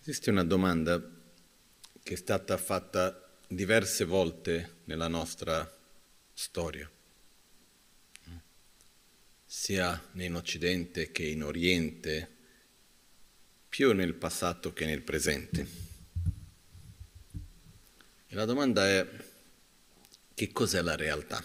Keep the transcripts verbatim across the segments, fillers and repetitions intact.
Esiste una domanda che è stata fatta diverse volte nella nostra storia, sia in Occidente che in Oriente, più nel passato che nel presente. E la domanda è: che cos'è la realtà?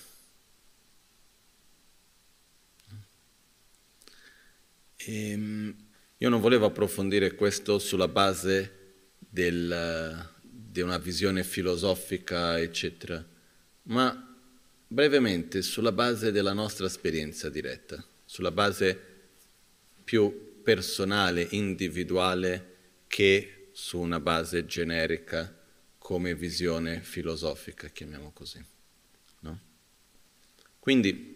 E io non volevo approfondire questo sulla base del, di una visione filosofica, eccetera, ma brevemente sulla base della nostra esperienza diretta, sulla base più personale, individuale, che su una base generica come visione filosofica, chiamiamo così, no? Quindi,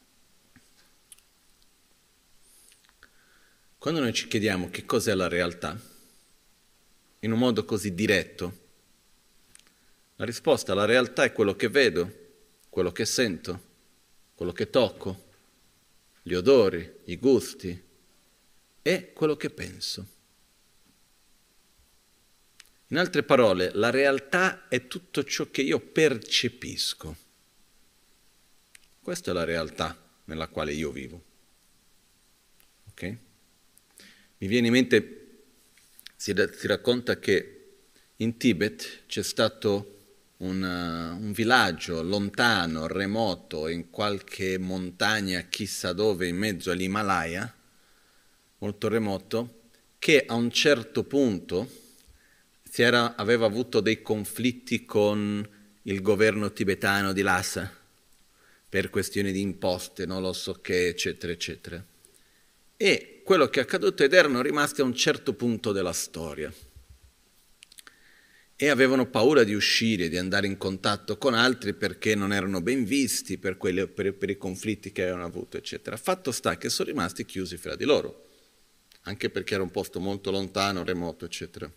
quando noi ci chiediamo che cos'è la realtà, in un modo così diretto, la risposta alla realtà è quello che vedo, quello che sento, quello che tocco, gli odori, i gusti e quello che penso. In altre parole, la realtà è tutto ciò che io percepisco. Questa è la realtà nella quale io vivo. Ok? Mi viene in mente, si, si racconta che in Tibet c'è stato un, uh, un villaggio lontano, remoto, in qualche montagna, chissà dove, in mezzo all'Himalaya, molto remoto, che a un certo punto si era, aveva avuto dei conflitti con il governo tibetano di Lhasa per questioni di imposte, non lo so che, eccetera, eccetera. E quello che è accaduto ed erano rimasti a un certo punto della storia e avevano paura di uscire, di andare in contatto con altri perché non erano ben visti per, quelli, per, per i conflitti che avevano avuto, eccetera. Fatto sta che sono rimasti chiusi fra di loro, anche perché era un posto molto lontano, remoto, eccetera.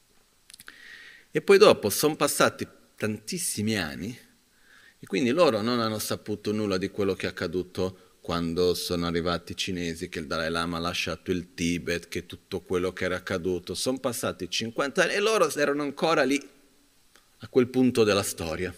E poi dopo sono passati tantissimi anni e quindi loro non hanno saputo nulla di quello che è accaduto quando sono arrivati i cinesi, che il Dalai Lama ha lasciato il Tibet, che tutto quello che era accaduto. Sono passati cinquanta anni e loro erano ancora lì, a quel punto della storia.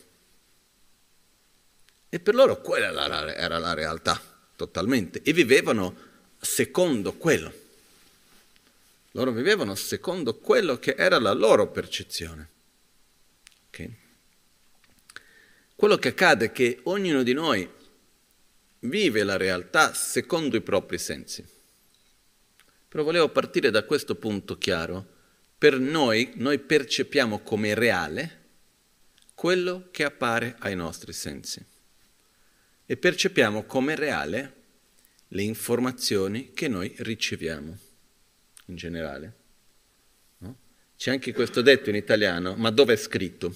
E per loro quella era la realtà, totalmente. E vivevano secondo quello. Loro vivevano secondo quello che era la loro percezione. Okay? Quello che accade è che ognuno di noi vive la realtà secondo i propri sensi. Però volevo partire da questo punto chiaro. Per noi, noi percepiamo come reale quello che appare ai nostri sensi. E percepiamo come reale le informazioni che noi riceviamo, in generale. No? C'è anche questo detto in italiano, ma dove è scritto?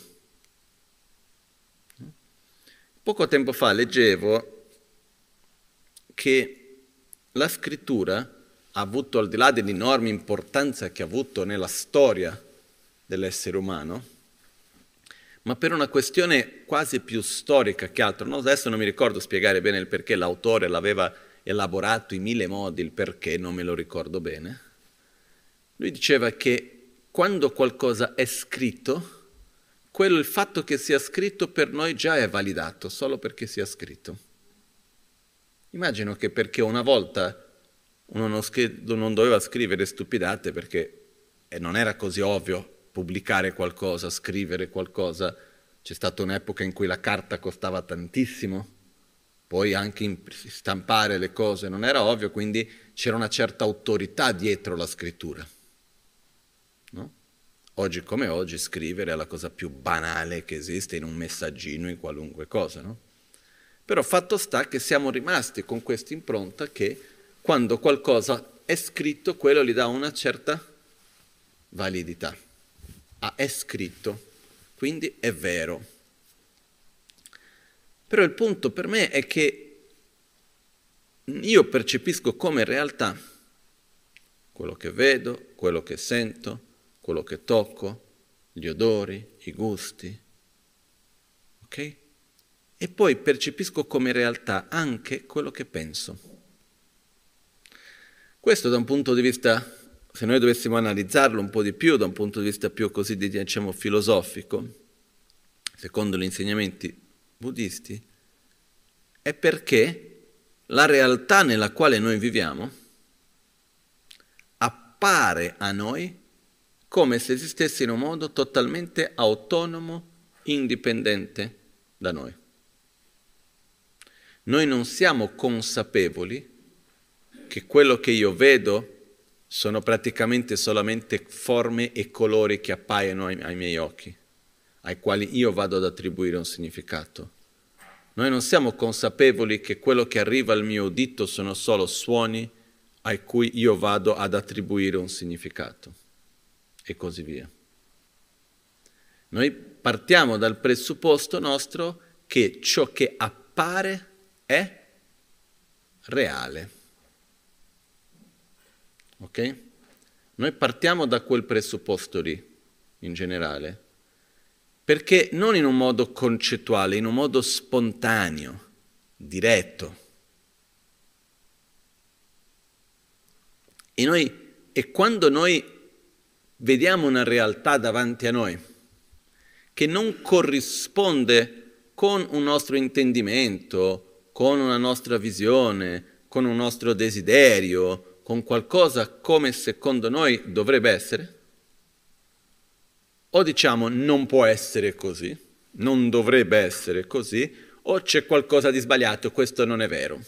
No? Poco tempo fa leggevo che la scrittura ha avuto, al di là dell'enorme importanza che ha avuto nella storia dell'essere umano, ma per una questione quasi più storica che altro, no? Adesso non mi ricordo spiegare bene il perché, l'autore l'aveva elaborato in mille modi, il perché non me lo ricordo bene. Lui diceva che quando qualcosa è scritto, quello, il fatto che sia scritto per noi già è validato, solo perché sia scritto. Immagino che perché una volta uno non, scri- non doveva scrivere stupidate perché non era così ovvio pubblicare qualcosa, scrivere qualcosa. C'è stata un'epoca in cui la carta costava tantissimo, poi anche stampare le cose non era ovvio, quindi c'era una certa autorità dietro la scrittura. No? Oggi come oggi scrivere è la cosa più banale che esiste in un messaggino, in qualunque cosa, no? Però fatto sta che siamo rimasti con questa impronta che quando qualcosa è scritto, quello gli dà una certa validità. Ah, è scritto, quindi è vero. Però il punto per me è che io percepisco come realtà quello che vedo, quello che sento, quello che tocco, gli odori, i gusti, ok? E poi percepisco come realtà anche quello che penso. Questo da un punto di vista se noi dovessimo analizzarlo un po' di più da un punto di vista più così, diciamo, filosofico, secondo gli insegnamenti buddisti, è perché la realtà nella quale noi viviamo appare a noi come se esistesse in un modo totalmente autonomo, indipendente da noi. Noi non siamo consapevoli che quello che io vedo sono praticamente solamente forme e colori che appaiono ai, ai miei occhi, ai quali io vado ad attribuire un significato. Noi non siamo consapevoli che quello che arriva al mio udito sono solo suoni a cui io vado ad attribuire un significato, e così via. Noi partiamo dal presupposto nostro che ciò che appare è reale. Ok? Noi partiamo da quel presupposto lì, in generale, perché non in un modo concettuale, in un modo spontaneo, diretto. E, noi, e quando noi vediamo una realtà davanti a noi che non corrisponde con un nostro intendimento, con una nostra visione, con un nostro desiderio, con qualcosa come secondo noi dovrebbe essere, o diciamo non può essere così, non dovrebbe essere così, o c'è qualcosa di sbagliato, questo non è vero.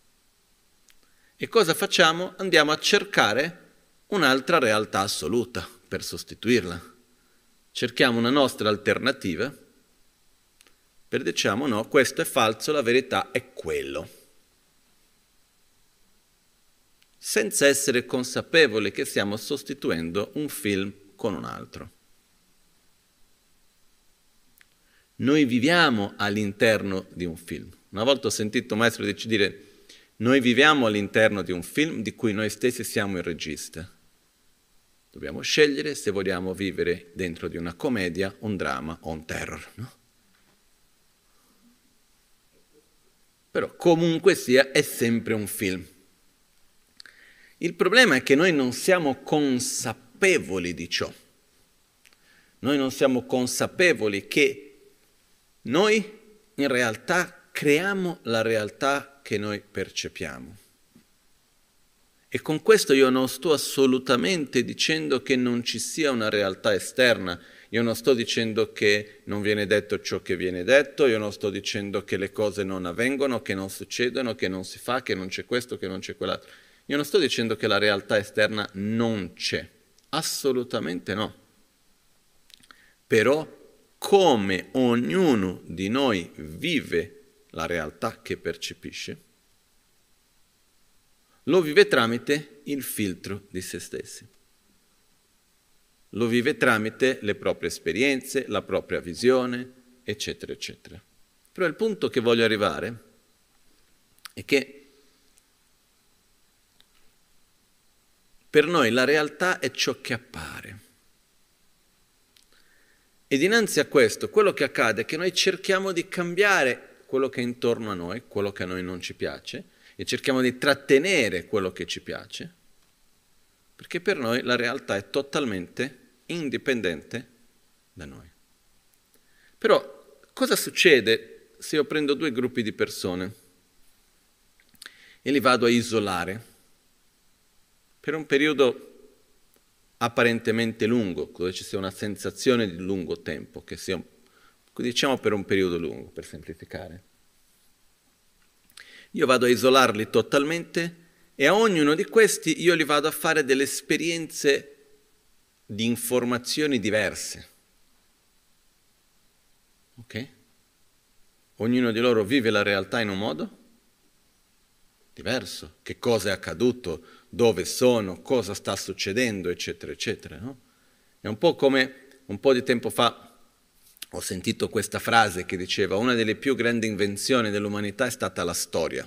E cosa facciamo? Andiamo a cercare un'altra realtà assoluta per sostituirla. Cerchiamo una nostra alternativa per diciamo no, questo è falso, la verità è quello. Senza essere consapevoli che stiamo sostituendo un film con un altro. Noi viviamo all'interno di un film. Una volta ho sentito un maestro dire noi viviamo all'interno di un film di cui noi stessi siamo il regista. Dobbiamo scegliere se vogliamo vivere dentro di una commedia, un dramma o un terror, no? Però comunque sia è sempre un film. Il problema è che noi non siamo consapevoli di ciò. Noi non siamo consapevoli che noi in realtà creiamo la realtà che noi percepiamo. E con questo io non sto assolutamente dicendo che non ci sia una realtà esterna. Io non sto dicendo che non viene detto ciò che viene detto, io non sto dicendo che le cose non avvengono, che non succedono, che non si fa, che non c'è questo, che non c'è quell'altro. Io non sto dicendo che la realtà esterna non c'è, assolutamente no. Però come ognuno di noi vive la realtà che percepisce, lo vive tramite il filtro di se stessi. Lo vive tramite le proprie esperienze, la propria visione, eccetera, eccetera. Però il punto che voglio arrivare è che per noi la realtà è ciò che appare. E dinanzi a questo, quello che accade è che noi cerchiamo di cambiare quello che è intorno a noi, quello che a noi non ci piace, e cerchiamo di trattenere quello che ci piace, perché per noi la realtà è totalmente indipendente da noi. Però cosa succede se io prendo due gruppi di persone e li vado a isolare per un periodo apparentemente lungo, dove ci sia una sensazione di lungo tempo, che sia, diciamo per un periodo lungo, per semplificare. Io vado a isolarli totalmente e a ognuno di questi io li vado a fare delle esperienze di informazioni diverse. Ok? Ognuno di loro vive la realtà in un modo diverso. Che cosa è accaduto, dove sono, cosa sta succedendo, eccetera, eccetera. No? È un po' come un po' di tempo fa ho sentito questa frase che diceva una delle più grandi invenzioni dell'umanità è stata la storia.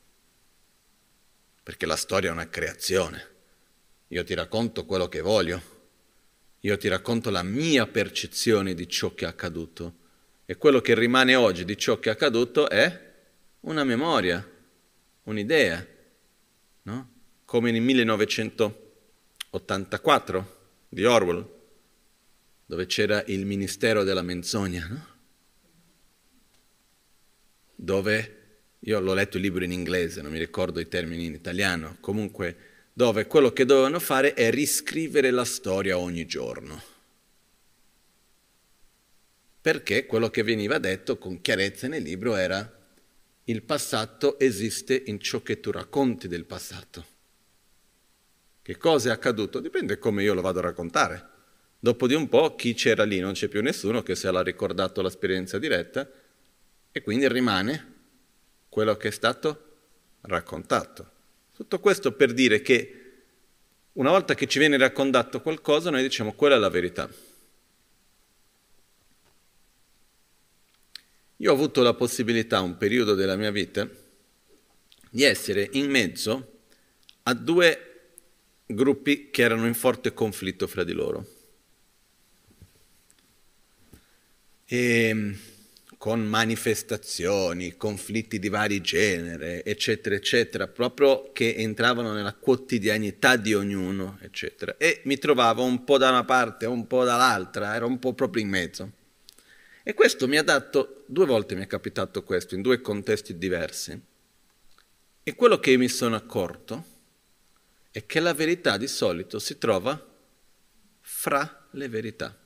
Perché la storia è una creazione. Io ti racconto quello che voglio. Io ti racconto la mia percezione di ciò che è accaduto. E quello che rimane oggi di ciò che è accaduto è una memoria, un'idea, no? Come nel millenovecentottantaquattro ottantaquattro di Orwell, dove c'era il Ministero della Menzogna, no? Dove, io l'ho letto il libro in inglese, non mi ricordo i termini in italiano, comunque dove quello che dovevano fare è riscrivere la storia ogni giorno. Perché quello che veniva detto con chiarezza nel libro era: il passato esiste in ciò che tu racconti del passato. Che cosa è accaduto? Dipende come io lo vado a raccontare. Dopo di un po', chi c'era lì non c'è più nessuno che se l'ha ricordato l'esperienza diretta e quindi rimane quello che è stato raccontato. Tutto questo per dire che una volta che ci viene raccontato qualcosa, noi diciamo quella è la verità. Io ho avuto la possibilità, un periodo della mia vita, di essere in mezzo a due gruppi che erano in forte conflitto fra di loro. E con manifestazioni, conflitti di vari generi, eccetera, eccetera, proprio che entravano nella quotidianità di ognuno, eccetera. E mi trovavo un po' da una parte, un po' dall'altra, ero un po' proprio in mezzo. E questo mi ha dato, due volte mi è capitato questo, in due contesti diversi. E quello che mi sono accorto è che la verità di solito si trova fra le verità.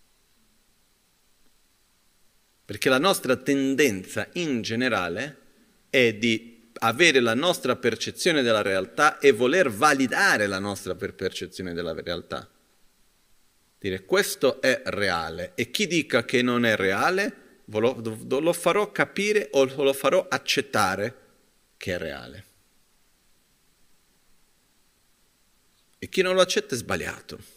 Perché la nostra tendenza in generale è di avere la nostra percezione della realtà e voler validare la nostra percezione della realtà. Dire questo è reale e chi dica che non è reale lo, lo farò capire o lo farò accettare che è reale. E chi non lo accetta è sbagliato.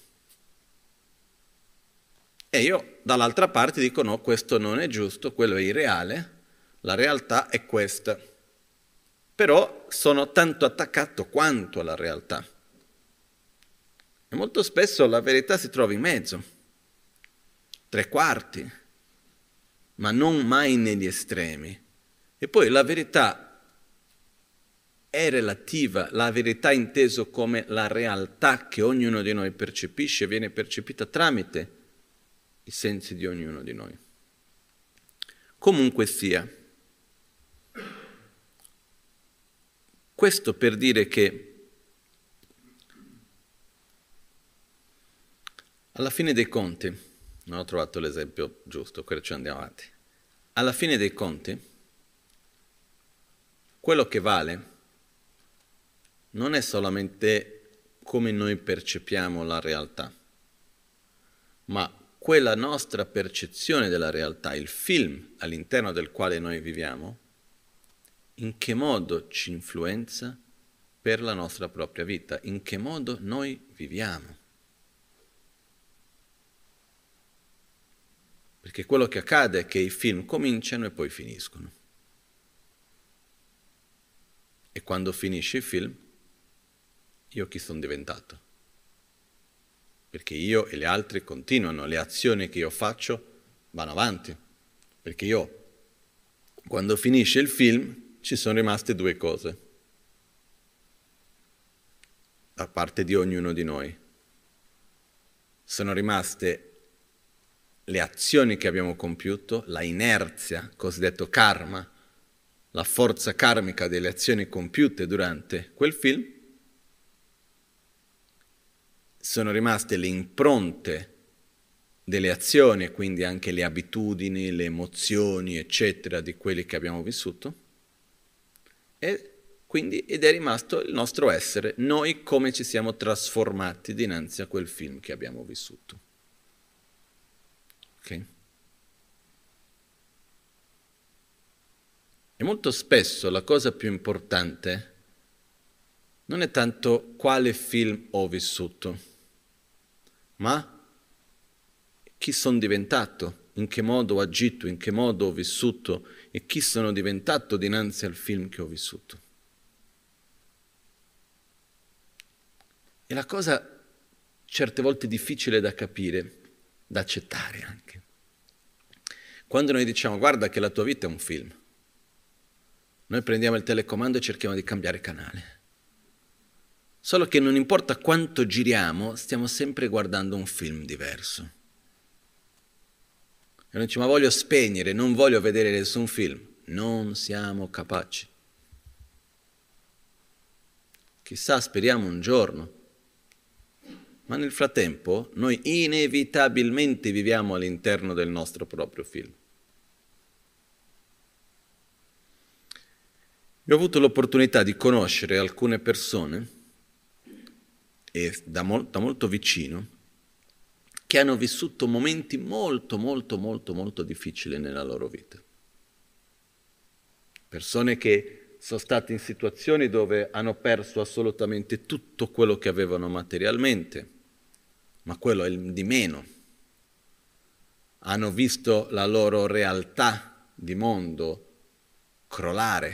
E io dall'altra parte dico no, questo non è giusto, quello è irreale, la realtà è questa. Però sono tanto attaccato quanto alla realtà. E molto spesso la verità si trova in mezzo, tre quarti, ma non mai negli estremi. E poi la verità è relativa, la verità inteso come la realtà che ognuno di noi percepisce viene percepita tramite i sensi di ognuno di noi. Comunque sia, questo per dire che alla fine dei conti, non ho trovato l'esempio giusto, perciò andiamo avanti, alla fine dei conti, quello che vale non è solamente come noi percepiamo la realtà, ma quella nostra percezione della realtà, il film all'interno del quale noi viviamo, in che modo ci influenza per la nostra propria vita, in che modo noi viviamo. Perché quello che accade è che i film cominciano e poi finiscono. E quando finisce il film, io chi sono diventato? Perché io e gli altri continuano, le azioni che io faccio vanno avanti. Perché io, quando finisce il film, ci sono rimaste due cose da parte di ognuno di noi. Sono rimaste le azioni che abbiamo compiuto, la inerzia, cosiddetto karma, la forza karmica delle azioni compiute durante quel film. Sono rimaste le impronte delle azioni e quindi anche le abitudini, le emozioni, eccetera, di quelli che abbiamo vissuto. E quindi, ed è rimasto il nostro essere, noi come ci siamo trasformati dinanzi a quel film che abbiamo vissuto. Ok? E molto spesso la cosa più importante non è tanto quale film ho vissuto, ma chi sono diventato, in che modo ho agito, in che modo ho vissuto e chi sono diventato dinanzi al film che ho vissuto. E la cosa certe volte difficile da capire, da accettare anche. Quando noi diciamo guarda che la tua vita è un film, noi prendiamo il telecomando e cerchiamo di cambiare canale. Solo che non importa quanto giriamo, stiamo sempre guardando un film diverso. E non dice, ma voglio spegnere, non voglio vedere nessun film. Non siamo capaci. Chissà, speriamo un giorno. Ma nel frattempo noi inevitabilmente viviamo all'interno del nostro proprio film. Io ho avuto l'opportunità di conoscere alcune persone, e da, mol- da molto vicino, che hanno vissuto momenti molto, molto, molto, molto difficili nella loro vita. Persone che sono state in situazioni dove hanno perso assolutamente tutto quello che avevano materialmente, ma quello è il di meno. Hanno visto la loro realtà di mondo crollare.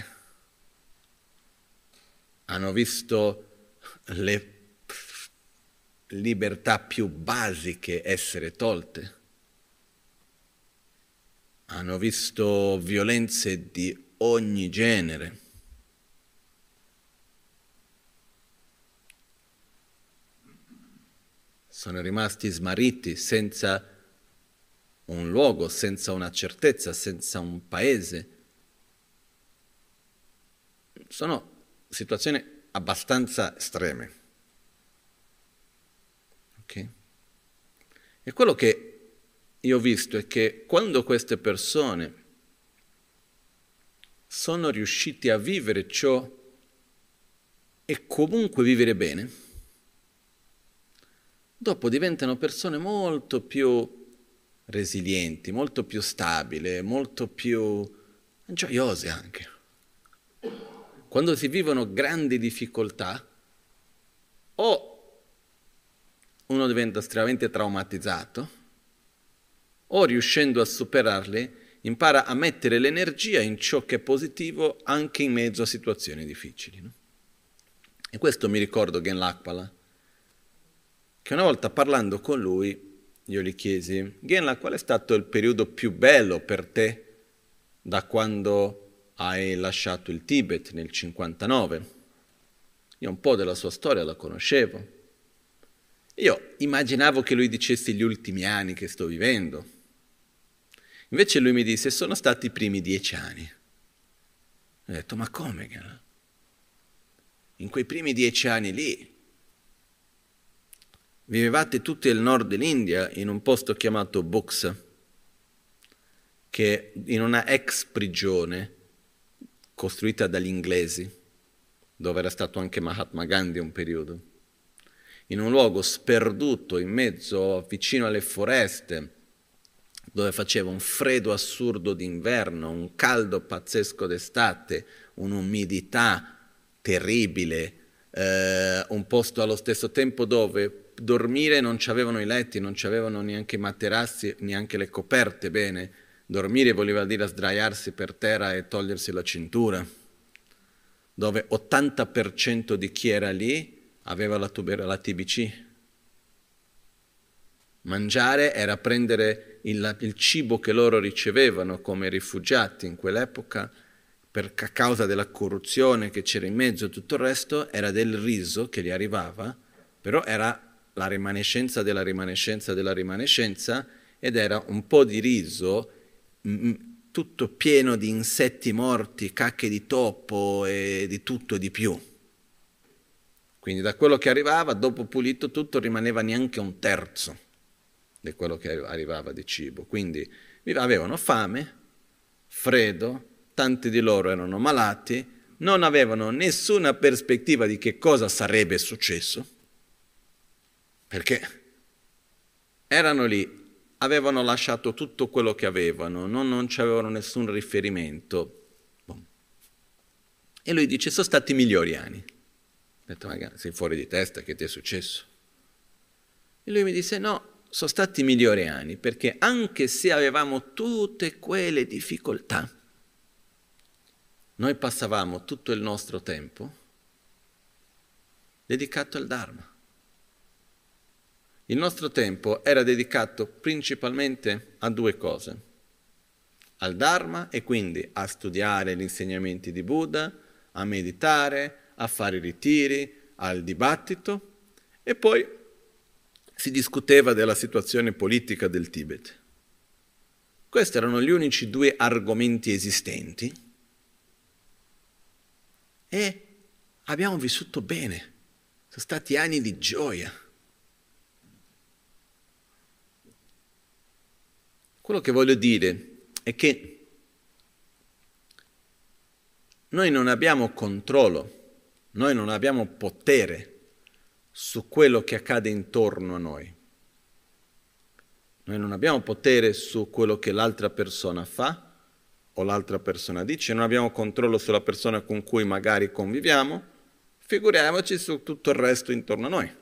Hanno visto le libertà più basiche essere tolte. Hanno visto violenze di ogni genere. Sono rimasti smarriti senza un luogo, senza una certezza, senza un paese. Sono situazioni abbastanza estreme. Okay? E quello che io ho visto è che quando queste persone sono riusciti a vivere ciò e comunque vivere bene, dopo diventano persone molto più resilienti, molto più stabili, molto più gioiose anche. Quando si vivono grandi difficoltà, o uno diventa estremamente traumatizzato, o riuscendo a superarle impara a mettere l'energia in ciò che è positivo anche in mezzo a situazioni difficili. No? E questo mi ricordo Gen Lakpala, che una volta parlando con lui io gli chiesi: Genla, qual è stato il periodo più bello per te da quando hai lasciato il Tibet nel cinquantanove? Io un po' della sua storia la conoscevo. Io immaginavo che lui dicesse gli ultimi anni che sto vivendo. Invece lui mi disse: sono stati i primi dieci anni. Ho detto: ma come? In quei primi dieci anni lì vivevate tutti nel nord dell'India in un posto chiamato Buxa, che in una ex prigione costruita dagli inglesi, dove era stato anche Mahatma Gandhi un periodo, in un luogo sperduto in mezzo, vicino alle foreste, dove faceva un freddo assurdo d'inverno, un caldo pazzesco d'estate, un'umidità terribile, eh, un posto allo stesso tempo dove dormire non c'avevano i letti, non c'avevano neanche i materassi, neanche le coperte bene. Dormire voleva dire sdraiarsi per terra e togliersi la cintura, dove ottanta per cento di chi era lì aveva la, tuber- la T B C. Mangiare era prendere il, il cibo che loro ricevevano come rifugiati in quell'epoca, per a causa della corruzione che c'era in mezzo e tutto il resto, era del riso che gli arrivava, però era la rimanescenza della rimanescenza della rimanescenza, ed era un po' di riso m- tutto pieno di insetti morti, cacche di topo e di tutto e di più. Quindi da quello che arrivava, dopo pulito tutto, rimaneva neanche un terzo di quello che arrivava di cibo. Quindi avevano fame, freddo, tanti di loro erano malati, non avevano nessuna prospettiva di che cosa sarebbe successo, perché erano lì, avevano lasciato tutto quello che avevano, non, non avevano nessun riferimento. Boh. E lui dice: sono stati i migliori anni. Ho detto: ma sei fuori di testa, che ti è successo? E lui mi disse: no, sono stati i migliori anni, perché anche se avevamo tutte quelle difficoltà, noi passavamo tutto il nostro tempo dedicato al Dharma. Il nostro tempo era dedicato principalmente a due cose: al Dharma, e quindi a studiare gli insegnamenti di Buddha, a meditare, a fare ritiri, al dibattito e poi si discuteva della situazione politica del Tibet. Questi erano gli unici due argomenti esistenti e abbiamo vissuto bene. Sono stati anni di gioia. Quello che voglio dire è che noi non abbiamo controllo, noi non abbiamo potere su quello che accade intorno a noi. Noi non abbiamo potere su quello che l'altra persona fa o l'altra persona dice, non abbiamo controllo sulla persona con cui magari conviviamo, figuriamoci su tutto il resto intorno a noi.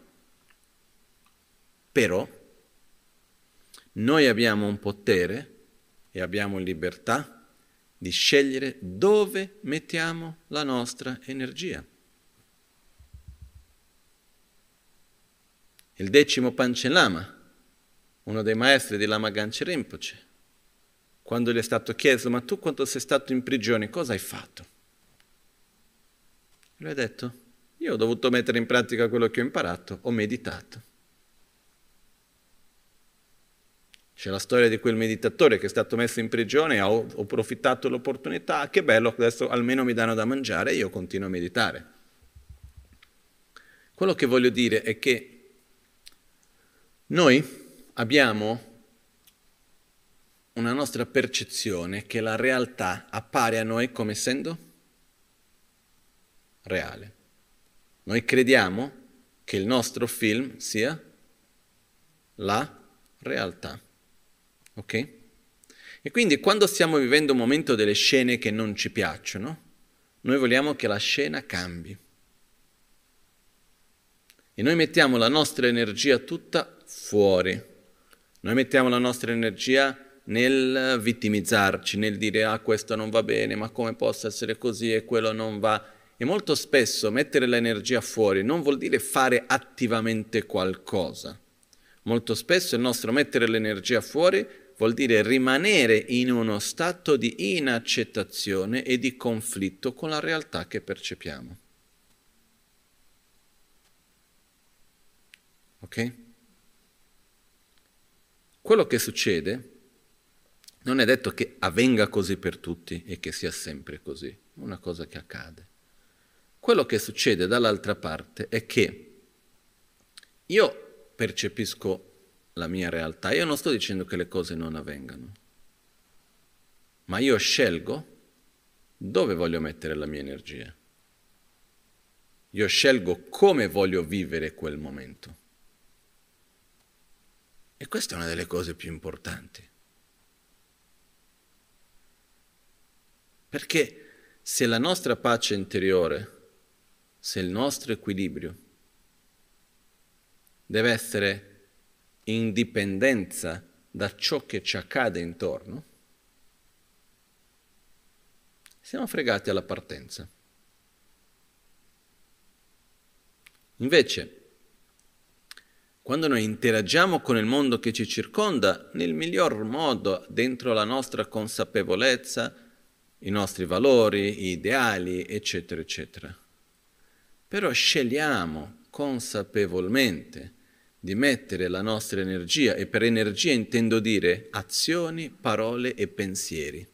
Però noi abbiamo un potere e abbiamo libertà di scegliere dove mettiamo la nostra energia. Il decimo Panchen Lama, uno dei maestri di Lama Ganchen Rinpoche, quando gli è stato chiesto: ma tu quando sei stato in prigione cosa hai fatto? Lui ha detto: io ho dovuto mettere in pratica quello che ho imparato, ho meditato. C'è la storia di quel meditatore che è stato messo in prigione, ho, ho approfittato dell'opportunità, che bello, adesso almeno mi danno da mangiare e io continuo a meditare. Quello che voglio dire è che noi abbiamo una nostra percezione che la realtà appare a noi come essendo reale. Noi crediamo che il nostro film sia la realtà. Ok? E quindi quando stiamo vivendo un momento delle scene che non ci piacciono, noi vogliamo che la scena cambi. E noi mettiamo la nostra energia tutta fuori. Noi mettiamo la nostra energia nel vittimizzarci, nel dire: ah, questo non va bene, ma come possa essere così e quello non va. E molto spesso mettere l'energia fuori non vuol dire fare attivamente qualcosa. Molto spesso il nostro mettere l'energia fuori vuol dire rimanere in uno stato di inaccettazione e di conflitto con la realtà che percepiamo. Ok? Quello che succede non è detto che avvenga così per tutti e che sia sempre così, è una cosa che accade. Quello che succede dall'altra parte è che io percepisco la mia realtà, io non sto dicendo che le cose non avvengano, ma io scelgo dove voglio mettere la mia energia. Io scelgo come voglio vivere quel momento. E questa è una delle cose più importanti. Perché se la nostra pace interiore, se il nostro equilibrio deve essere in dipendenza da ciò che ci accade intorno, siamo fregati alla partenza. Invece, quando noi interagiamo con il mondo che ci circonda nel miglior modo, dentro la nostra consapevolezza, i nostri valori, gli ideali, eccetera, eccetera, però scegliamo consapevolmente di mettere la nostra energia, e per energia intendo dire azioni, parole e pensieri,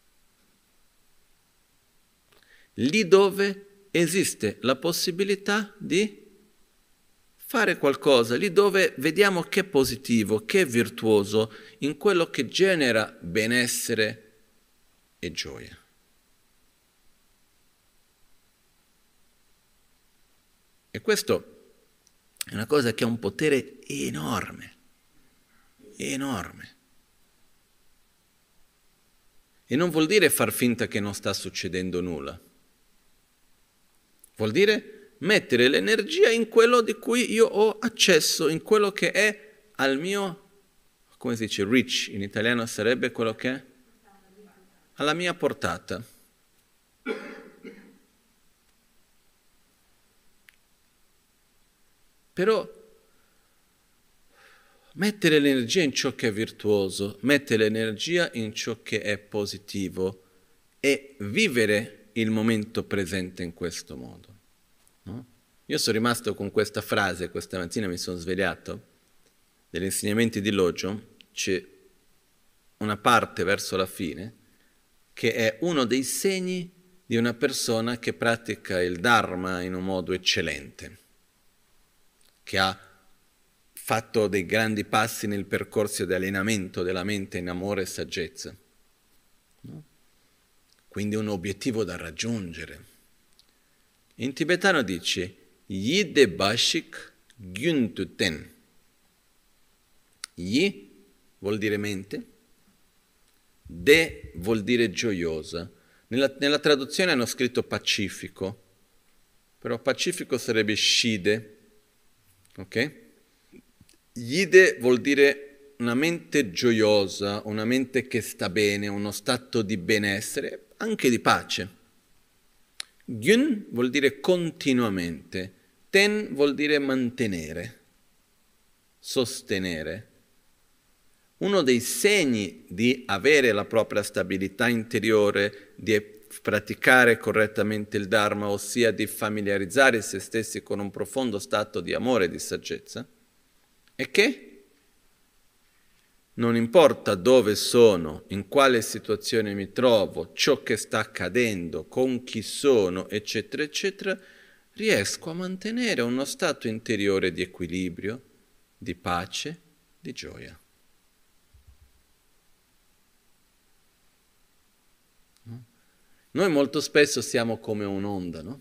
lì dove esiste la possibilità di fare qualcosa, lì dove vediamo che è positivo, che è virtuoso, in quello che genera benessere e gioia. E questo è una cosa che ha un potere enorme, enorme. E non vuol dire far finta che non sta succedendo nulla. Vuol dire mettere l'energia in quello di cui io ho accesso, in quello che è al mio, come si dice, reach, in italiano sarebbe quello che è alla mia portata. Però mettere l'energia in ciò che è virtuoso, mettere l'energia in ciò che è positivo e vivere il momento presente in questo modo. No? Io Io sono rimasto con questa frase, questa mattina mi sono svegliato, degli insegnamenti di Logio, c'è una parte verso la fine, che è uno dei segni di una persona che pratica il Dharma in un modo eccellente, che ha fatto dei grandi passi nel percorso di allenamento della mente in amore e saggezza. No? Quindi un obiettivo da raggiungere. In tibetano dice Yide Bashik Gyuntu Ten. Yi vuol dire mente, De vuol dire gioiosa. Nella, nella traduzione hanno scritto pacifico, però pacifico sarebbe Shide, ok? Yide vuol dire una mente gioiosa, una mente che sta bene, uno stato di benessere, anche di pace. Gyun vuol dire continuamente, Ten vuol dire mantenere, sostenere. Uno dei segni di avere la propria stabilità interiore, di praticare correttamente il Dharma, ossia di familiarizzare se stessi con un profondo stato di amore e di saggezza, è che non importa dove sono, in quale situazione mi trovo, ciò che sta accadendo, con chi sono, eccetera, eccetera, riesco a mantenere uno stato interiore di equilibrio, di pace, di gioia. No? Noi molto spesso siamo come un'onda, no?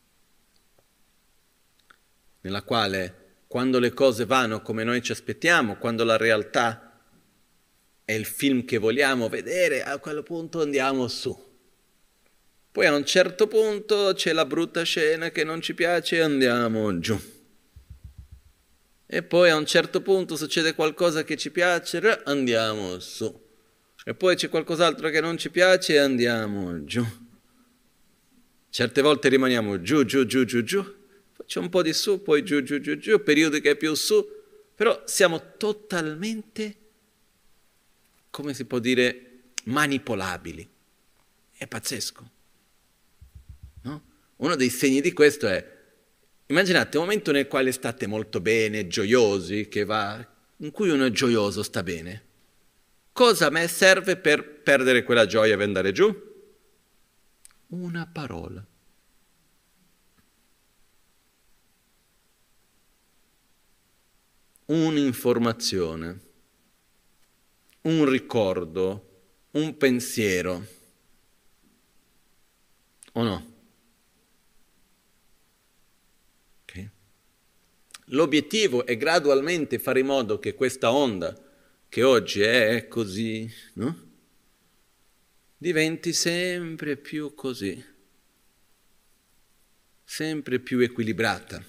Nella quale quando le cose vanno come noi ci aspettiamo, quando la realtà è il film che vogliamo vedere, a quel punto andiamo su. Poi a un certo punto c'è la brutta scena che non ci piace e andiamo giù. E poi a un certo punto succede qualcosa che ci piace, andiamo su. E poi c'è qualcos'altro che non ci piace e andiamo giù. Certe volte rimaniamo giù, giù, giù, giù, giù. C'è un po' di su, poi giù, giù, giù, giù, periodi che è più su, però siamo totalmente, come si può dire, manipolabili. È pazzesco. No? Uno dei segni di questo è, immaginate un momento nel quale state molto bene, gioiosi, che va, in cui uno è gioioso, sta bene. Cosa a me serve per perdere quella gioia e andare giù? Una parola. Un'informazione, un ricordo, un pensiero, o no? Okay. L'obiettivo è gradualmente fare in modo che questa onda, che oggi è così, no? Diventi sempre più così, sempre più equilibrata,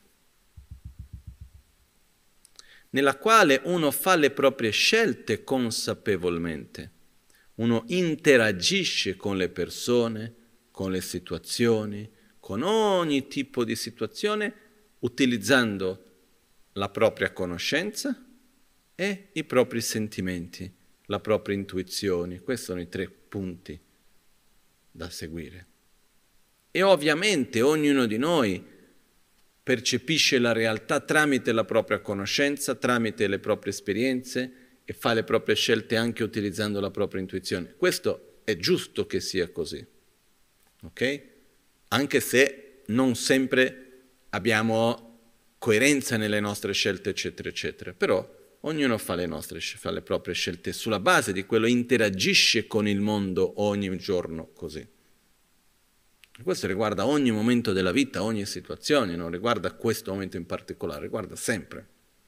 nella quale uno fa le proprie scelte consapevolmente, uno interagisce con le persone, con le situazioni, con ogni tipo di situazione, utilizzando la propria conoscenza e i propri sentimenti, la propria intuizione. Questi sono i tre punti da seguire. E ovviamente ognuno di noi percepisce la realtà tramite la propria conoscenza, tramite le proprie esperienze e fa le proprie scelte anche utilizzando la propria intuizione. Questo è giusto che sia così, ok? Anche se non sempre abbiamo coerenza nelle nostre scelte, eccetera, eccetera. Però ognuno fa le nostre, fa le proprie scelte sulla base di quello, interagisce con il mondo ogni giorno così. Questo riguarda ogni momento della vita, ogni situazione, non riguarda questo momento in particolare, riguarda sempre.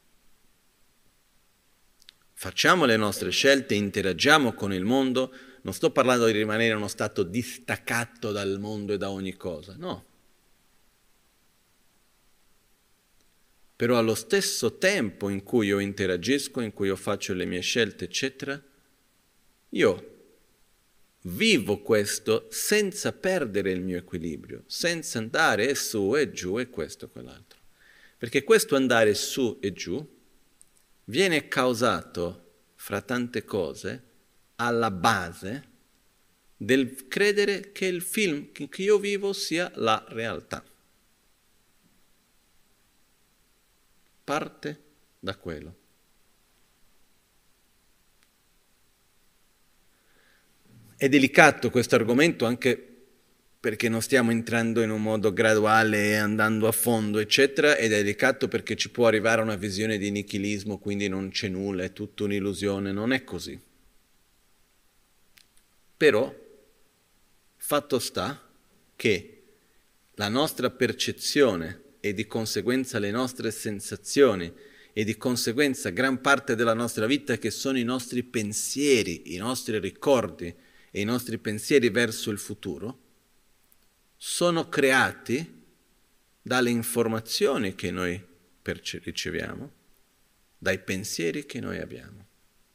Facciamo le nostre scelte, interagiamo con il mondo, non sto parlando di rimanere in uno stato distaccato dal mondo e da ogni cosa, no. Però allo stesso tempo in cui io interagisco, in cui io faccio le mie scelte, eccetera, io vivo questo senza perdere il mio equilibrio, senza andare su e giù e questo e quell'altro. Perché questo andare su e giù viene causato, fra tante cose, alla base del credere che il film che io vivo sia la realtà. parte da quello. È delicato questo argomento anche perché non stiamo entrando in un modo graduale e andando a fondo, eccetera, ed è delicato perché ci può arrivare a una visione di nichilismo, quindi non c'è nulla, è tutta un'illusione, non è così. Però, fatto sta che la nostra percezione e di conseguenza le nostre sensazioni e di conseguenza gran parte della nostra vita che sono i nostri pensieri, i nostri ricordi e i nostri pensieri verso il futuro, sono creati dalle informazioni che noi perce- riceviamo, dai pensieri che noi abbiamo.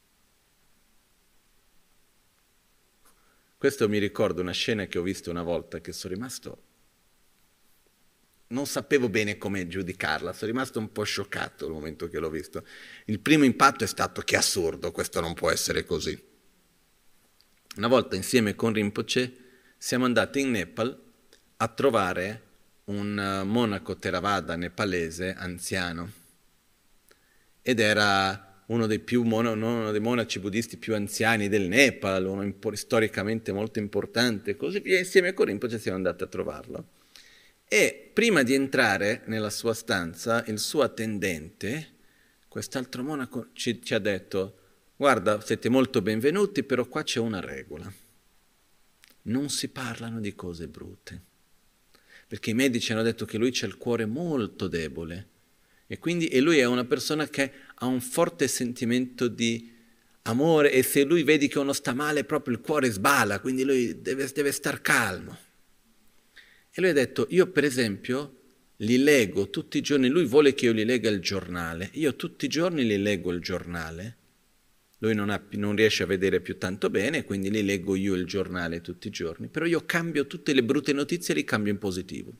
Questo mi ricorda una scena che ho visto una volta che sono rimasto, non sapevo bene come giudicarla, sono rimasto un po' scioccato al momento che l'ho visto. Il primo impatto è stato che assurdo, questo non può essere così. Una volta insieme con Rinpoche siamo andati in Nepal a trovare un monaco Theravada nepalese anziano ed era uno dei, più mono, uno dei monaci buddisti più anziani del Nepal, uno impo- storicamente molto importante, così via. Insieme con Rinpoche siamo andati a trovarlo e prima di entrare nella sua stanza il suo attendente, quest'altro monaco, ci, ci ha detto: guarda, siete molto benvenuti, però qua c'è una regola. Non si parlano di cose brutte. Perché i medici hanno detto che lui c'ha il cuore molto debole. E quindi e lui è una persona che ha un forte sentimento di amore e se lui vede che uno sta male proprio il cuore sbala, quindi lui deve, deve star calmo. E lui ha detto: io per esempio li leggo tutti i giorni, lui vuole che io gli legga il giornale, io tutti i giorni gli leggo il giornale. Lui non, ha, non riesce a vedere più tanto bene, quindi li leggo io il giornale tutti i giorni, però io cambio tutte le brutte notizie e li cambio in positivo.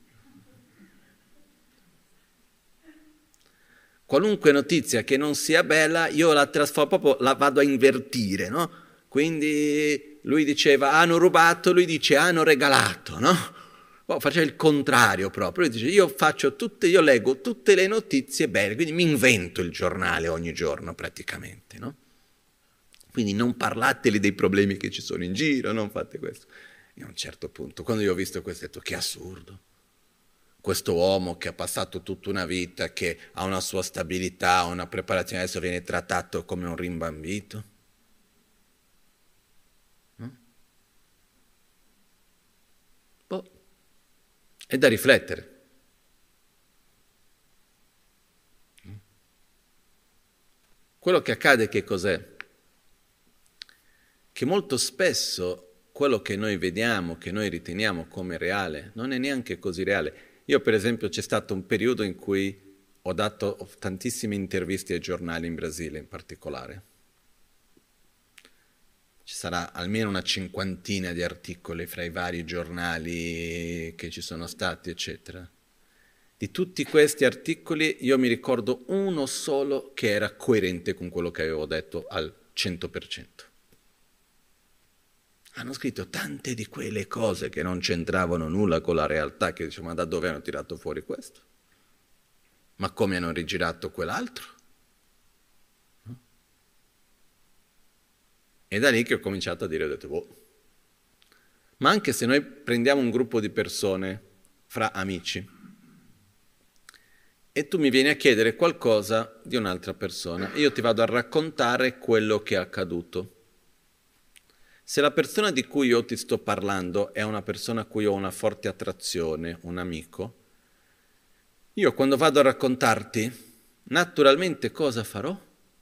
Qualunque notizia che non sia bella, io la trasformo proprio, la vado a invertire, no? Quindi lui diceva hanno rubato, lui dice hanno regalato, no? Oh, faceva il contrario proprio, lui dice io faccio tutte, io leggo tutte le notizie belle, quindi mi invento il giornale ogni giorno praticamente, no? Quindi non parlateli dei problemi che ci sono in giro, non fate questo. E a un certo punto, quando io ho visto questo, ho detto che assurdo. Questo uomo che ha passato tutta una vita, che ha una sua stabilità, una preparazione, adesso viene trattato come un rimbambito. No? Boh. È da riflettere. Quello che accade che cos'è? Che molto spesso quello che noi vediamo, che noi riteniamo come reale, non è neanche così reale. Io per esempio c'è stato un periodo in cui ho dato tantissime interviste ai giornali in Brasile in particolare. Ci sarà almeno una cinquantina di articoli fra i vari giornali che ci sono stati, eccetera. Di tutti questi articoli io mi ricordo uno solo che era coerente con quello che avevo detto al cento per cento. Hanno scritto tante di quelle cose che non c'entravano nulla con la realtà, che diciamo, ma da dove hanno tirato fuori questo? Ma come hanno rigirato quell'altro? No? E da lì che ho cominciato a dire, ho detto, boh. Ma anche se noi prendiamo un gruppo di persone, fra amici, e tu mi vieni a chiedere qualcosa di un'altra persona, io ti vado a raccontare quello che è accaduto. Se la persona di cui io ti sto parlando è una persona a cui ho una forte attrazione, un amico, io quando vado a raccontarti, naturalmente cosa farò?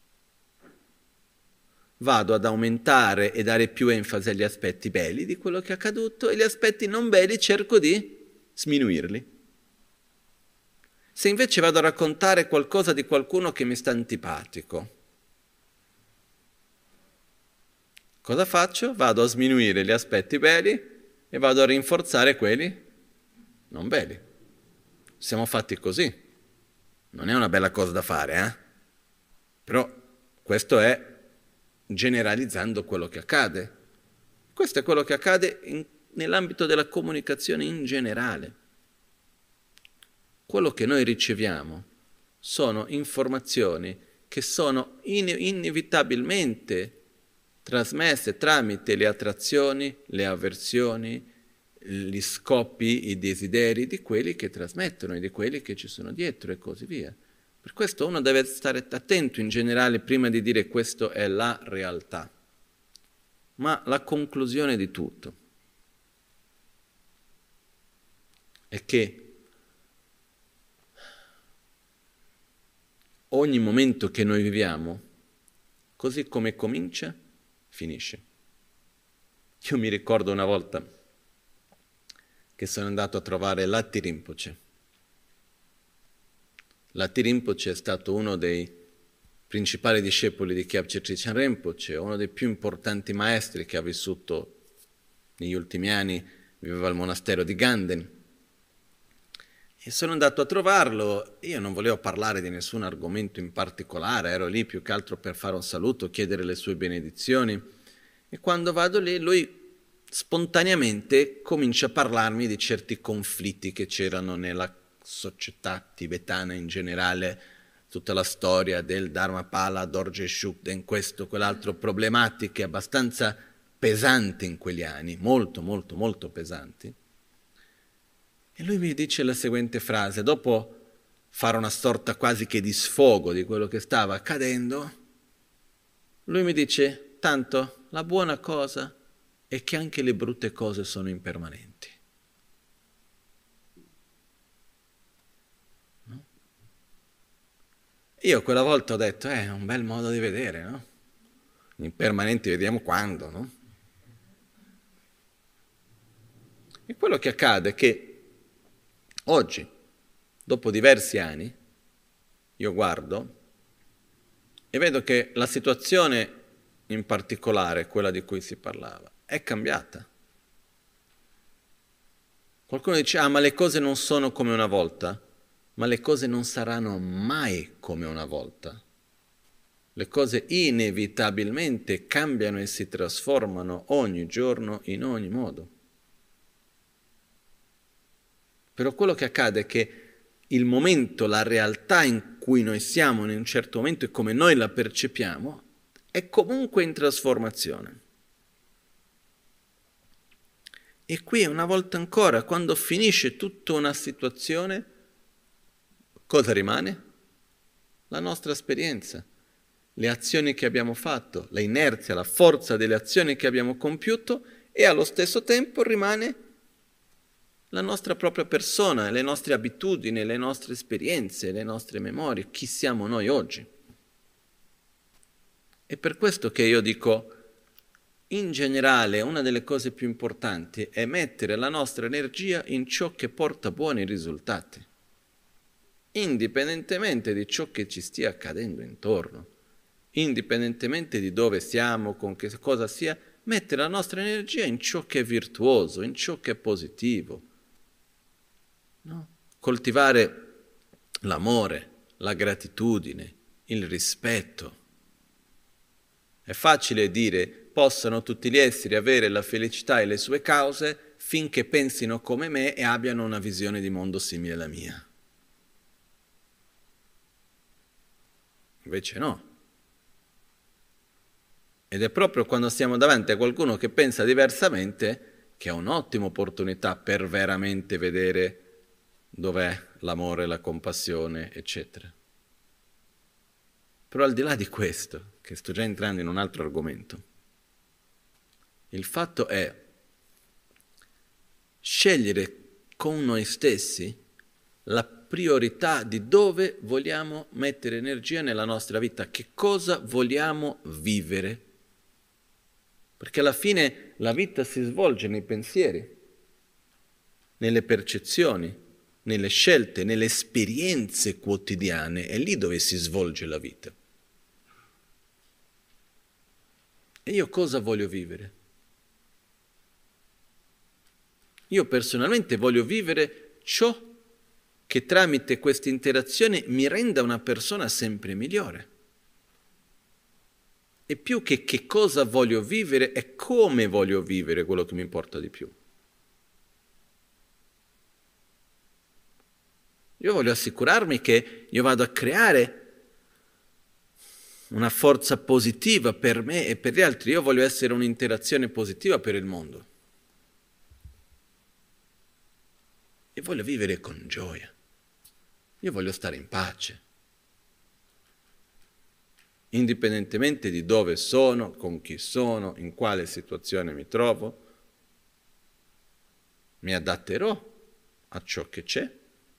Vado ad aumentare e dare più enfasi agli aspetti belli di quello che è accaduto e gli aspetti non belli cerco di sminuirli. Se invece vado a raccontare qualcosa di qualcuno che mi sta antipatico, cosa faccio? Vado a sminuire gli aspetti belli e vado a rinforzare quelli non belli. Siamo fatti così. Non è una bella cosa da fare, eh? Però questo è generalizzando quello che accade. Questo è quello che accade in, nell'ambito della comunicazione in generale. Quello che noi riceviamo sono informazioni che sono in- inevitabilmente trasmesse tramite le attrazioni, le avversioni, gli scoppi, i desideri di quelli che trasmettono e di quelli che ci sono dietro e così via. Per questo uno deve stare attento in generale prima di dire questo è la realtà. Ma la conclusione di tutto è che ogni momento che noi viviamo, così come comincia, finisce. Io mi ricordo una volta che sono andato a trovare Latti Rinpoche. Latti Rinpoche è stato uno dei principali discepoli di Kyabche Trichan Rinpoche, uno dei più importanti maestri che ha vissuto negli ultimi anni, viveva al monastero di Ganden. E sono andato a trovarlo, io non volevo parlare di nessun argomento in particolare, ero lì più che altro per fare un saluto, chiedere le sue benedizioni. E quando vado lì, lui spontaneamente comincia a parlarmi di certi conflitti che c'erano nella società tibetana in generale, tutta la storia del Dharmapala, Dorje Shukden, questo, quell'altro, problematiche abbastanza pesanti in quegli anni, molto, molto, molto pesanti. E lui mi dice la seguente frase, dopo fare una sorta quasi che di sfogo di quello che stava accadendo, lui mi dice, tanto la buona cosa è che anche le brutte cose sono impermanenti. No? Io quella volta ho detto, eh, è un bel modo di vedere, no? Gli impermanenti vediamo quando, no? E quello che accade è che oggi, dopo diversi anni, io guardo e vedo che la situazione in particolare, quella di cui si parlava, è cambiata. Qualcuno dice, ah, ma le cose non sono come una volta, ma le cose non saranno mai come una volta. Le cose inevitabilmente cambiano e si trasformano ogni giorno in ogni modo. Però quello che accade è che il momento, la realtà in cui noi siamo in un certo momento e come noi la percepiamo, è comunque in trasformazione. E qui una volta ancora, quando finisce tutta una situazione, cosa rimane? La nostra esperienza, le azioni che abbiamo fatto, l'inerzia, la forza delle azioni che abbiamo compiuto e allo stesso tempo rimane la nostra propria persona, le nostre abitudini, le nostre esperienze, le nostre memorie, chi siamo noi oggi. È per questo che io dico, in generale, una delle cose più importanti è mettere la nostra energia in ciò che porta buoni risultati, indipendentemente di ciò che ci stia accadendo intorno, indipendentemente di dove siamo, con che cosa sia, mettere la nostra energia in ciò che è virtuoso, in ciò che è positivo. No? Coltivare l'amore, la gratitudine, il rispetto. È facile dire possano tutti gli esseri avere la felicità e le sue cause finché pensino come me e abbiano una visione di mondo simile alla mia. Invece no. Ed è proprio quando siamo davanti a qualcuno che pensa diversamente che è un'ottima opportunità per veramente vedere dov'è l'amore, la compassione, eccetera. Però al di là di questo, che sto già entrando in un altro argomento, il fatto è scegliere con noi stessi la priorità di dove vogliamo mettere energia nella nostra vita, che cosa vogliamo vivere. Perché alla fine la vita si svolge nei pensieri, nelle percezioni, nelle scelte, nelle esperienze quotidiane, è lì dove si svolge la vita. E io cosa voglio vivere? Io personalmente voglio vivere ciò che tramite questa interazione mi renda una persona sempre migliore. E più che che cosa voglio vivere è come voglio vivere quello che mi importa di più. Io voglio assicurarmi che io vado a creare una forza positiva per me e per gli altri. Io voglio essere un'interazione positiva per il mondo. E voglio vivere con gioia. Io voglio stare in pace. Indipendentemente di dove sono, con chi sono, in quale situazione mi trovo, mi adatterò a ciò che c'è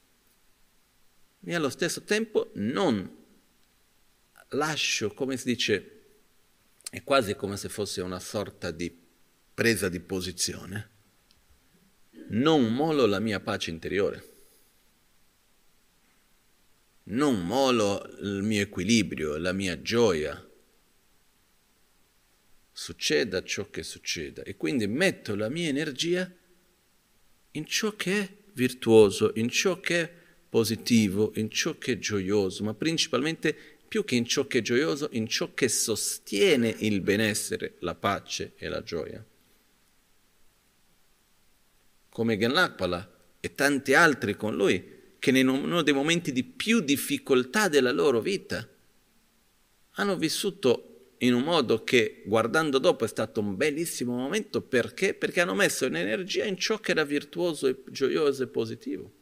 e allo stesso tempo non lascio, come si dice, è quasi come se fosse una sorta di presa di posizione, non mollo la mia pace interiore, non mollo il mio equilibrio, la mia gioia. Succeda ciò che succeda e quindi metto la mia energia in ciò che è virtuoso, in ciò che è positivo, in ciò che è gioioso, ma principalmente più che in ciò che è gioioso, in ciò che sostiene il benessere, la pace e la gioia. Come Genlakpala e tanti altri con lui, che in uno dei momenti di più difficoltà della loro vita hanno vissuto in un modo che, guardando dopo, è stato un bellissimo momento. Perché? Perché hanno messo un'energia in ciò che era virtuoso e gioioso e positivo.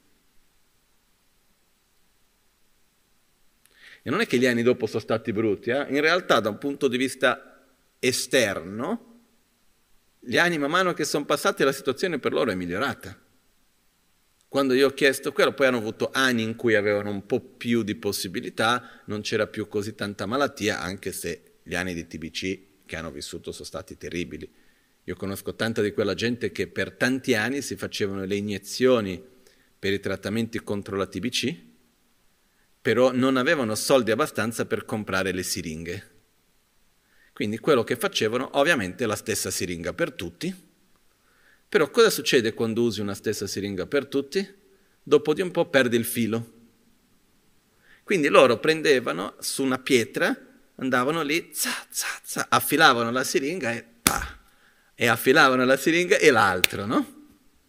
E non è che gli anni dopo sono stati brutti, eh? In realtà, da un punto di vista esterno, gli anni man mano che sono passati la situazione per loro è migliorata. Quando io ho chiesto quello, poi hanno avuto anni in cui avevano un po' più di possibilità, non c'era più così tanta malattia, anche se gli anni di T B C che hanno vissuto sono stati terribili. Io conosco tanta di quella gente che per tanti anni si facevano le iniezioni per i trattamenti contro la T B C, però non avevano soldi abbastanza per comprare le siringhe. Quindi quello che facevano, ovviamente, è la stessa siringa per tutti. Però cosa succede quando usi una stessa siringa per tutti? Dopo di un po' perdi il filo. Quindi loro prendevano su una pietra, andavano lì, za, za, za, affilavano la siringa e pa, e affilavano la siringa e l'altro, no?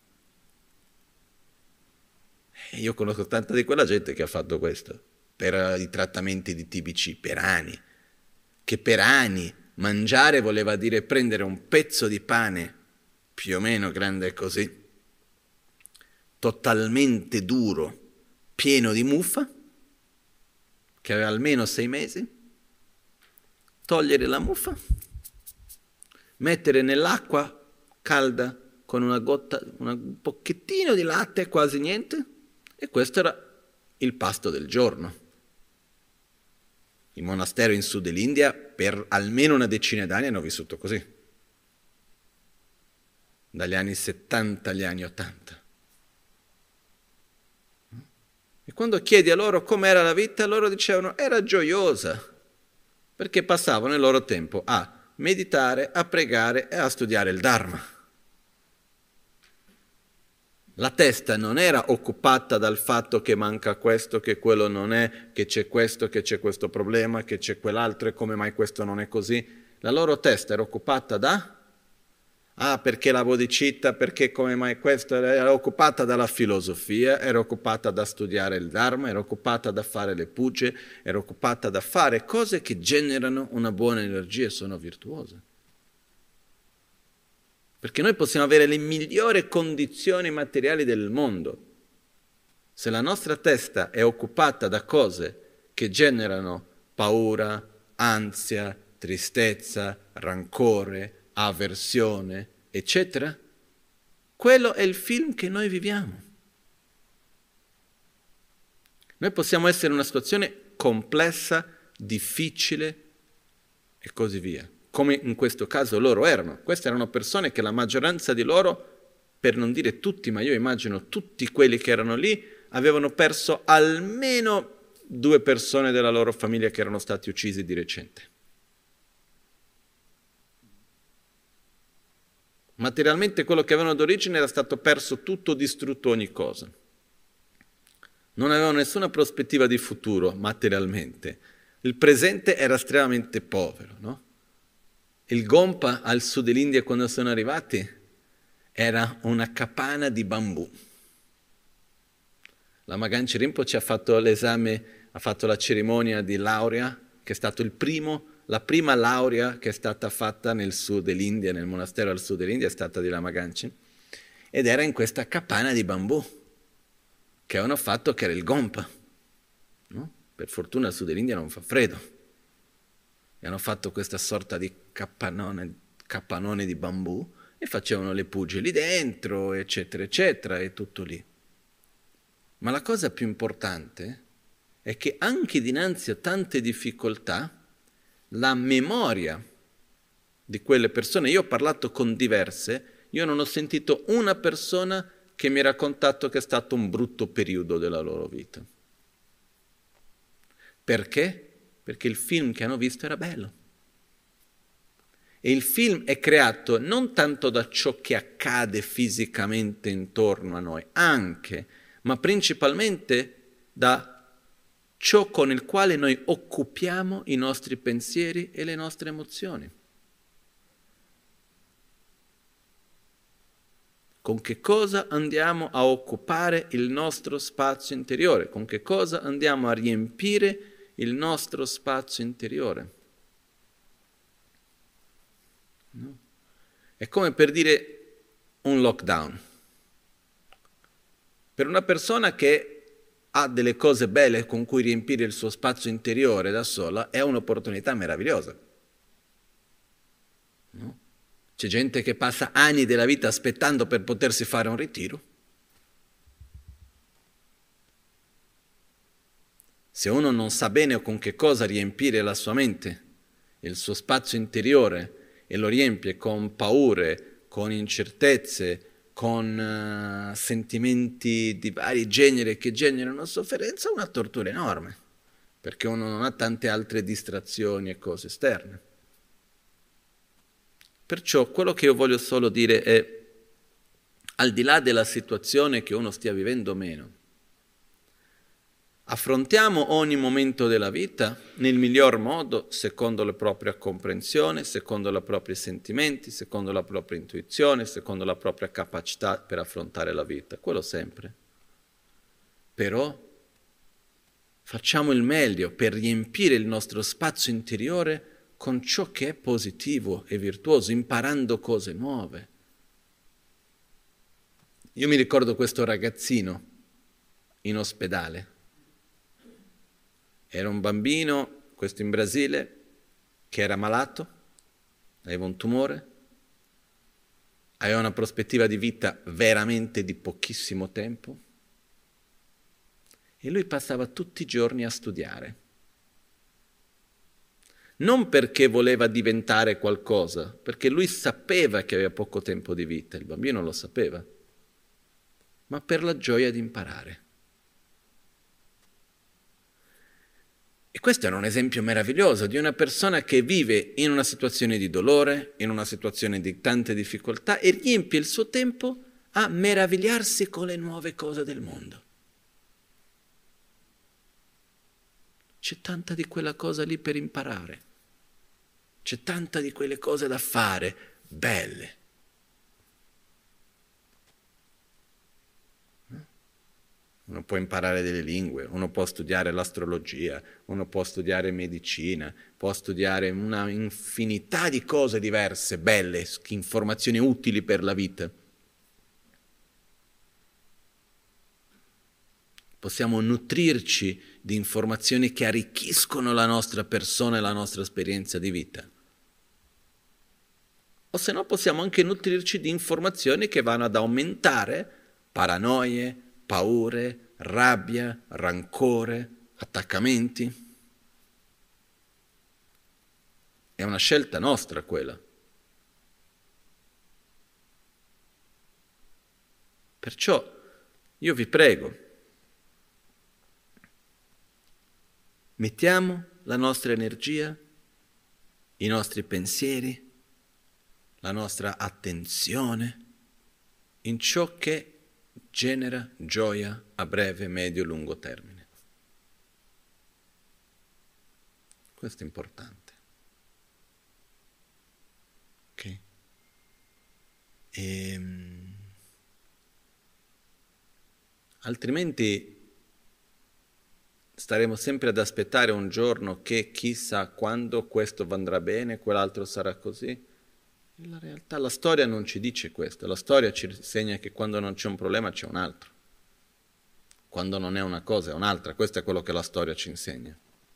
E io conosco tanta di quella gente che ha fatto questo, per i trattamenti di T B C, per anni, che per anni mangiare voleva dire prendere un pezzo di pane più o meno grande così, totalmente duro, pieno di muffa, che aveva almeno sei mesi, togliere la muffa, mettere nell'acqua calda con una gotta, un pochettino di latte, quasi niente, e questo era il pasto del giorno. Il monastero in Sud dell'India per almeno una decina d'anni hanno vissuto così. Dagli anni settanta agli anni ottanta. E quando chiedi a loro com'era la vita, loro dicevano era gioiosa, perché passavano il loro tempo a meditare, a pregare e a studiare il Dharma. La testa non era occupata dal fatto che manca questo, che quello non è, che c'è questo, che c'è questo problema, che c'è quell'altro e come mai questo non è così. La loro testa era occupata da ah, perché la bodhicitta, perché come mai questo, era occupata dalla filosofia, era occupata da studiare il Dharma, era occupata da fare le puja, era occupata da fare cose che generano una buona energia e sono virtuose. Perché noi possiamo avere le migliori condizioni materiali del mondo. Se la nostra testa è occupata da cose che generano paura, ansia, tristezza, rancore, avversione, eccetera, quello è il film che noi viviamo. Noi possiamo essere in una situazione complessa, difficile e così via, come in questo caso loro erano. Queste erano persone che la maggioranza di loro, per non dire tutti, ma io immagino tutti quelli che erano lì, avevano perso almeno due persone della loro famiglia che erano stati uccisi di recente. Materialmente quello che avevano d'origine era stato perso tutto, distrutto ogni cosa. Non avevano nessuna prospettiva di futuro materialmente. Il presente era estremamente povero, no? Il Gompa al sud dell'India quando sono arrivati era una capanna di bambù. Lama Ganchen Rinpoche ha fatto l'esame, ha fatto la cerimonia di laurea, che è stato il primo, la prima laurea che è stata fatta nel sud dell'India, nel monastero al sud dell'India, è stata di Lama Ganchen, ed era in questa capanna di bambù, che avevano fatto che era il Gompa. No? Per fortuna al sud dell'India non fa freddo. E hanno fatto questa sorta di capannone, capannone di bambù e facevano le puge lì dentro, eccetera, eccetera, e tutto lì. Ma la cosa più importante è che anche dinanzi a tante difficoltà, la memoria di quelle persone, io ho parlato con diverse, io non ho sentito una persona che mi ha raccontato che è stato un brutto periodo della loro vita. Perché? Perché il film che hanno visto era bello. E il film è creato non tanto da ciò che accade fisicamente intorno a noi, anche, ma principalmente da ciò con il quale noi occupiamo i nostri pensieri e le nostre emozioni. Con che cosa andiamo a occupare il nostro spazio interiore? Con che cosa andiamo a riempire il nostro spazio interiore? No? È come per dire un lockdown. Per una persona che ha delle cose belle con cui riempire il suo spazio interiore da sola, è un'opportunità meravigliosa. No? C'è gente che passa anni della vita aspettando per potersi fare un ritiro. Se uno non sa bene con che cosa riempire la sua mente, il suo spazio interiore, e lo riempie con paure, con incertezze, con uh, sentimenti di vari generi che generano sofferenza, è una tortura enorme, perché uno non ha tante altre distrazioni e cose esterne. Perciò quello che io voglio solo dire è, al di là della situazione che uno stia vivendo o meno, affrontiamo ogni momento della vita nel miglior modo, secondo la propria comprensione, secondo i propri sentimenti, secondo la propria intuizione, secondo la propria capacità per affrontare la vita, quello sempre. Però facciamo il meglio per riempire il nostro spazio interiore con ciò che è positivo e virtuoso, imparando cose nuove. Io mi ricordo questo ragazzino in ospedale. Era un bambino, questo in Brasile, che era malato, aveva un tumore, aveva una prospettiva di vita veramente di pochissimo tempo e lui passava tutti i giorni a studiare. Non perché voleva diventare qualcosa, perché lui sapeva che aveva poco tempo di vita, il bambino lo sapeva, ma per la gioia di imparare. E questo è un esempio meraviglioso di una persona che vive in una situazione di dolore, in una situazione di tante difficoltà e riempie il suo tempo a meravigliarsi con le nuove cose del mondo. C'è tanta di quella cosa lì per imparare, c'è tanta di quelle cose da fare, belle. Uno può imparare delle lingue, uno può studiare l'astrologia, uno può studiare medicina, può studiare una infinità di cose diverse, belle, informazioni utili per la vita. Possiamo nutrirci di informazioni che arricchiscono la nostra persona e la nostra esperienza di vita. O se no possiamo anche nutrirci di informazioni che vanno ad aumentare paranoie, paure, rabbia, rancore, attaccamenti. È una scelta nostra quella. Perciò io vi prego, mettiamo la nostra energia, i nostri pensieri, la nostra attenzione in ciò che genera gioia a breve, medio e lungo termine. Questo è importante. Ok? E, altrimenti staremo sempre ad aspettare un giorno che chissà quando questo andrà bene, quell'altro sarà così. La realtà, la storia non ci dice questo, la storia ci insegna che quando non c'è un problema c'è un altro, quando non è una cosa è un'altra, questo è quello che la storia ci insegna.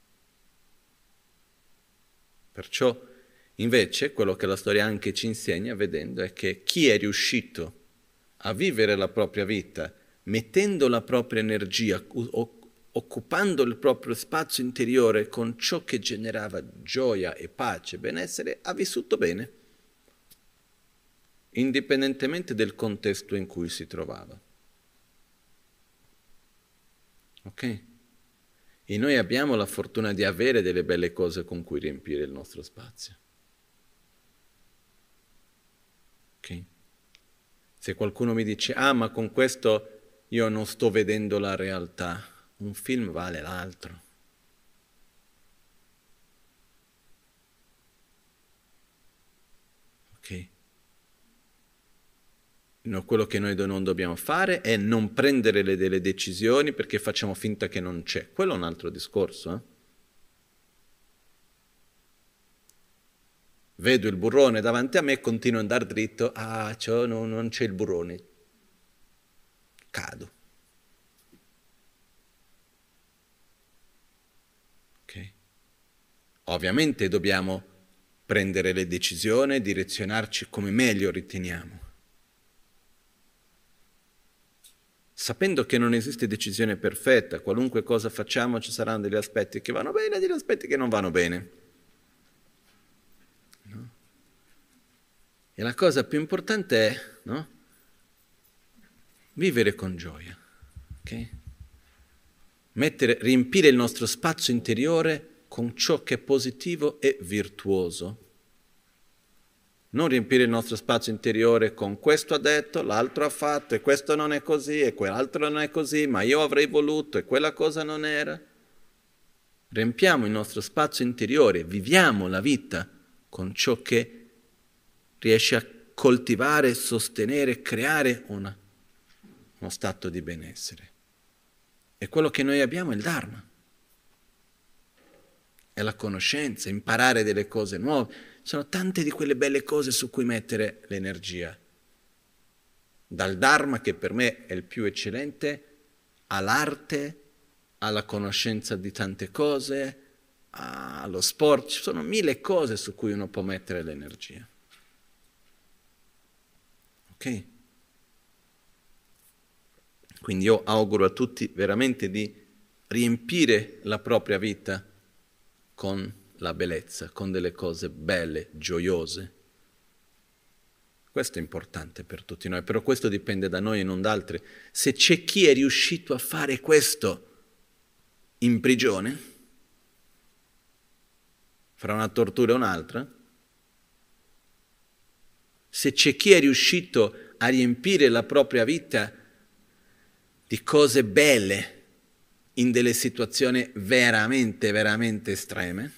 Perciò, invece, quello che la storia anche ci insegna, vedendo, è che chi è riuscito a vivere la propria vita, mettendo la propria energia, occupando il proprio spazio interiore con ciò che generava gioia e pace, benessere, ha vissuto bene, indipendentemente del contesto in cui si trovava. Ok? E noi abbiamo la fortuna di avere delle belle cose con cui riempire il nostro spazio. Ok? Se qualcuno mi dice, ah, ma con questo io non sto vedendo la realtà, un film vale l'altro. Ok? No, quello che noi non dobbiamo fare è non prendere le, delle decisioni perché facciamo finta che non c'è. Quello è un altro discorso. Eh? Vedo il burrone davanti a me, continuo ad andare dritto, ah, cioè, no, non c'è il burrone. Cado. Ok? Ovviamente dobbiamo prendere le decisioni, direzionarci come meglio riteniamo. Sapendo che non esiste decisione perfetta, qualunque cosa facciamo ci saranno degli aspetti che vanno bene e degli aspetti che non vanno bene. No? E la cosa più importante è, no? Vivere con gioia, ok? Mettere, riempire il nostro spazio interiore con ciò che è positivo e virtuoso. Non riempire il nostro spazio interiore con questo ha detto, l'altro ha fatto, e questo non è così, e quell'altro non è così, ma io avrei voluto, e quella cosa non era. Riempiamo il nostro spazio interiore, viviamo la vita con ciò che riesce a coltivare, sostenere, creare una, uno stato di benessere. E quello che noi abbiamo è il Dharma, è la conoscenza, imparare delle cose nuove. Sono tante di quelle belle cose su cui mettere l'energia. Dal Dharma, che per me è il più eccellente, all'arte, alla conoscenza di tante cose, allo sport. Ci sono mille cose su cui uno può mettere l'energia. Ok? Quindi io auguro a tutti veramente di riempire la propria vita con la bellezza, con delle cose belle, gioiose. Questo è importante per tutti noi, però questo dipende da noi e non da altri. Se c'è chi è riuscito a fare questo in prigione, fra una tortura e un'altra, se c'è chi è riuscito a riempire la propria vita di cose belle in delle situazioni veramente, veramente estreme,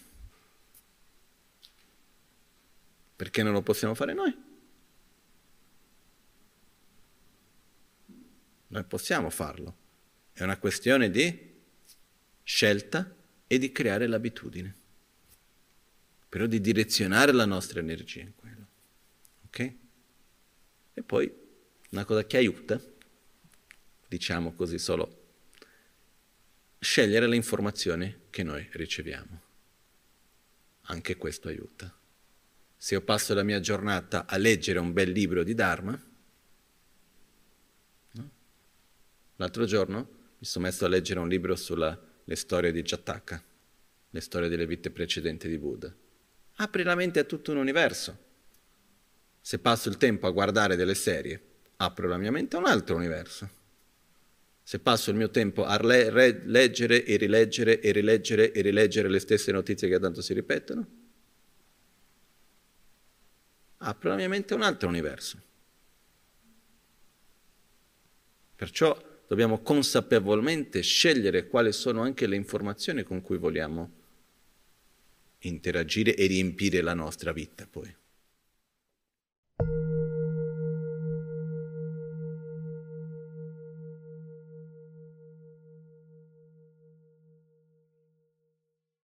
perché non lo possiamo fare noi? Noi possiamo farlo. È una questione di scelta e di creare l'abitudine, però di direzionare la nostra energia in quello. Ok? E poi una cosa che aiuta, diciamo così solo, scegliere le informazioni che noi riceviamo. Anche questo aiuta. Se io passo la mia giornata a leggere un bel libro di Dharma, no? L'altro giorno mi sono messo a leggere un libro sulle storie di Jataka, le storie delle vite precedenti di Buddha. Apri la mente a tutto un universo. Se passo il tempo a guardare delle serie, apro la mia mente a un altro universo. Se passo il mio tempo a le- re- leggere e rileggere e rileggere e rileggere le stesse notizie che tanto si ripetono, apro la mia mente a un altro universo. Perciò dobbiamo consapevolmente scegliere quali sono anche le informazioni con cui vogliamo interagire e riempire la nostra vita poi.